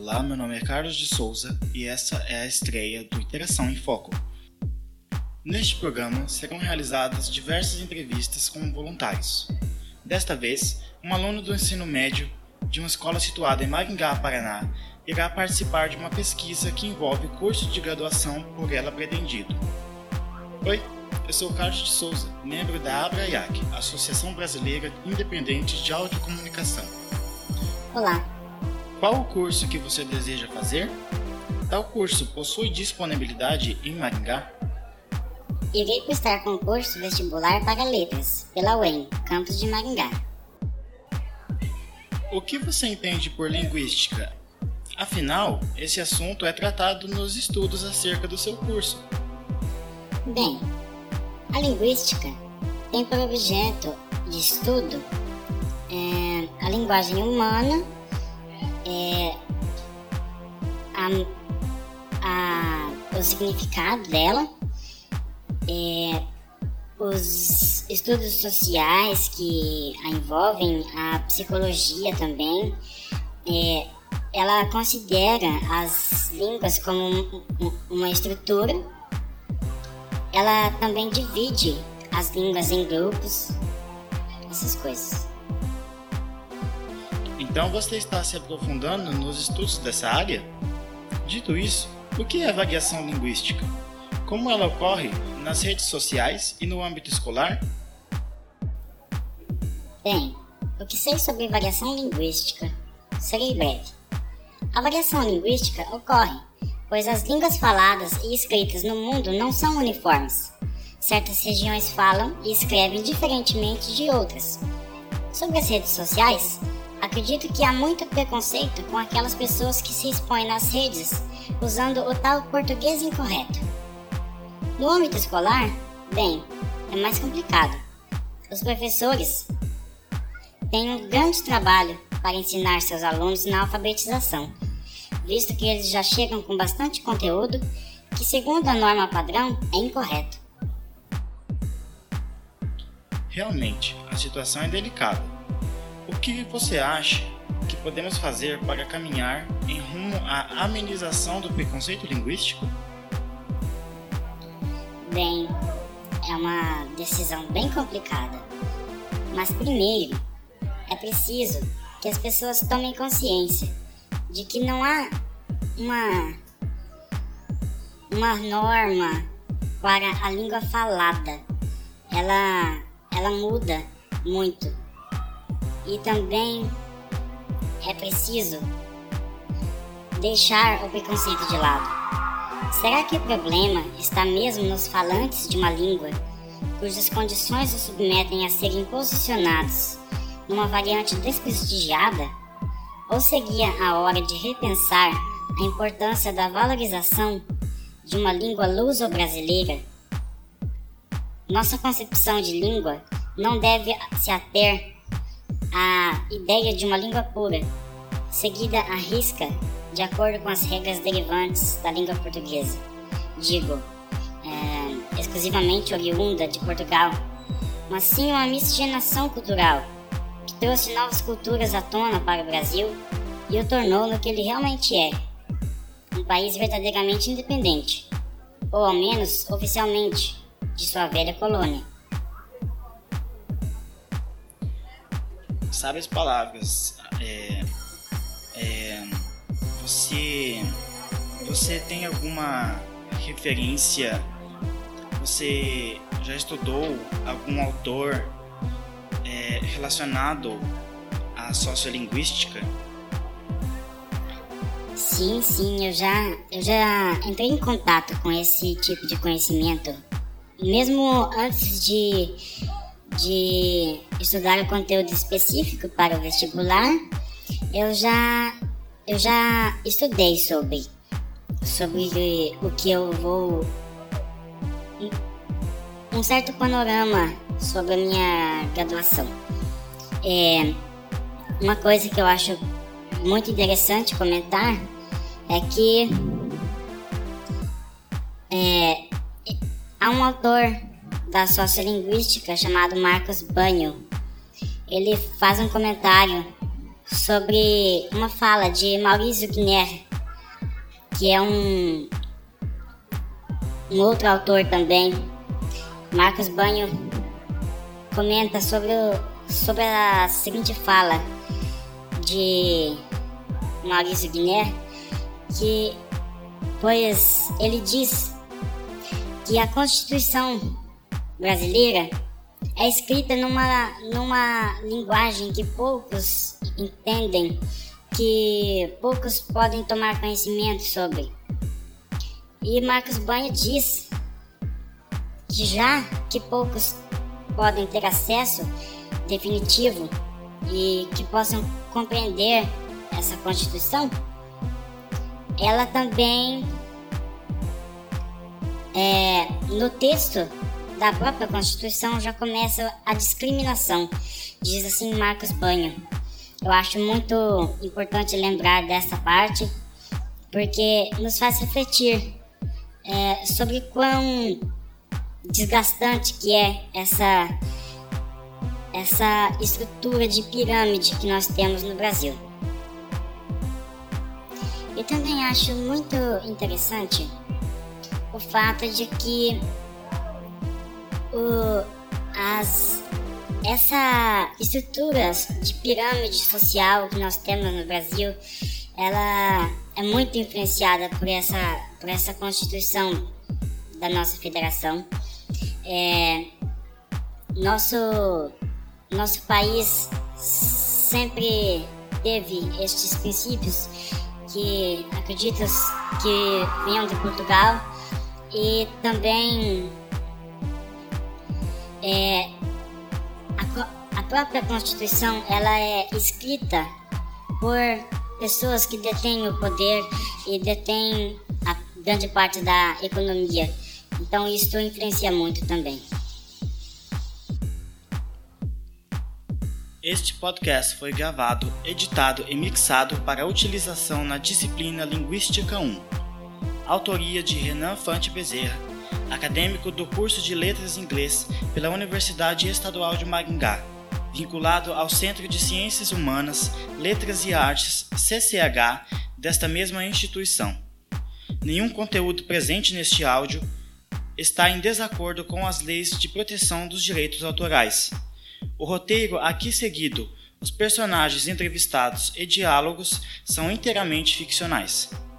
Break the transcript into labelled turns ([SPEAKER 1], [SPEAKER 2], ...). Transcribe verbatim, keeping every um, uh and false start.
[SPEAKER 1] Olá, meu nome é Carlos de Souza e essa é a estreia do Interação em Foco. Neste programa serão realizadas diversas entrevistas com voluntários. Desta vez, um aluno do ensino médio de uma escola situada em Maringá, Paraná, irá participar de uma pesquisa que envolve curso de graduação por ela pretendido. Oi, eu sou Carlos de Souza, membro da ABRAIAC, Associação Brasileira Independente de Audiocomunicação.
[SPEAKER 2] Olá.
[SPEAKER 1] Qual o curso que você deseja fazer? Tal curso possui disponibilidade em Maringá?
[SPEAKER 2] Irei prestar concurso vestibular para letras, pela U E M, campus de Maringá.
[SPEAKER 1] O que você entende por linguística? Afinal, esse assunto é tratado nos estudos acerca do seu curso.
[SPEAKER 2] Bem, a linguística tem por objeto de estudo é, a linguagem humana, é, a, a, o significado dela, é, os estudos sociais que a envolvem, a psicologia também. É, ela considera as línguas como um, uma estrutura. Ela também divide as línguas em grupos, essas coisas.
[SPEAKER 1] Então você está se aprofundando nos estudos dessa área? Dito isso, o que é variação linguística? Como ela ocorre nas redes sociais e no âmbito escolar?
[SPEAKER 2] Bem, o que sei sobre variação linguística? Serei breve. A variação linguística ocorre pois as línguas faladas e escritas no mundo não são uniformes. Certas regiões falam e escrevem diferentemente de outras. Sobre as redes sociais, acredito que há muito preconceito com aquelas pessoas que se expõem nas redes usando o tal português incorreto. No âmbito escolar, bem, é mais complicado. Os professores têm um grande trabalho para ensinar seus alunos na alfabetização, visto que eles já chegam com bastante conteúdo que, segundo a norma padrão, é incorreto.
[SPEAKER 1] Realmente, a situação é delicada. O que você acha que podemos fazer para caminhar em rumo à amenização do preconceito linguístico?
[SPEAKER 2] Bem, é uma decisão bem complicada. Mas primeiro, é preciso que as pessoas tomem consciência de que não há uma, uma norma para a língua falada. Ela, ela muda muito. E também é preciso deixar o preconceito de lado. Será que o problema está mesmo nos falantes de uma língua cujas condições os submetem a serem posicionados numa variante desprestigiada? Ou seria a hora de repensar a importância da valorização de uma língua luso-brasileira? Nossa concepção de língua não deve se ater à ideia de uma língua pura, seguida à risca de acordo com as regras derivantes da língua portuguesa. Digo, é, exclusivamente oriunda de Portugal, mas sim uma miscigenação cultural que trouxe novas culturas à tona para o Brasil e o tornou no que ele realmente é, um país verdadeiramente independente, ou ao menos oficialmente, de sua velha colônia.
[SPEAKER 1] Sabe as palavras, é, é, você, você tem alguma referência, você já estudou algum autor é, relacionado à sociolinguística?
[SPEAKER 2] Sim, sim, eu já, eu já entrei em contato com esse tipo de conhecimento, mesmo antes de, de estudar o conteúdo específico para o vestibular. Eu já, eu já estudei sobre, sobre o que eu vou... um certo panorama sobre a minha graduação. É, uma coisa que eu acho muito interessante comentar é que é, há um autor da sociolinguística chamado Marcos Banho. Ele faz um comentário sobre uma fala de Maurício Guiner, que é um, um outro autor também. Marcos Banho comenta sobre, o, sobre a seguinte fala de Maurício Guiner, que, pois ele diz que a Constituição brasileira é escrita numa, numa linguagem que poucos entendem, que poucos podem tomar conhecimento sobre. E Marcos Banho diz que já que poucos podem ter acesso definitivo e que possam compreender essa Constituição, ela também, é, no texto da própria Constituição, já começa a discriminação, diz assim Marcos Banho. Eu acho muito importante lembrar dessa parte, porque nos faz refletir é, sobre quão desgastante que é essa, essa estrutura de pirâmide que nós temos no Brasil. Eu também acho muito interessante o fato de que o, as, essa estrutura de pirâmide social que nós temos no Brasil, ela é muito influenciada por essa, por essa Constituição da nossa federação. É, nosso, nosso país sempre teve estes princípios que acredito que venham de Portugal, e também é, a, a própria Constituição ela é escrita por pessoas que detêm o poder e detêm a grande parte da economia, então isso influencia muito também.
[SPEAKER 1] Este podcast foi gravado, editado e mixado para utilização na disciplina Linguística um. Autoria de Renan Fante Bezerra, acadêmico do curso de Letras Inglês pela Universidade Estadual de Maringá, vinculado ao Centro de Ciências Humanas, Letras e Artes, C C H, desta mesma instituição. Nenhum conteúdo presente neste áudio está em desacordo com as leis de proteção dos direitos autorais. O roteiro aqui seguido, os personagens entrevistados e diálogos são inteiramente ficcionais.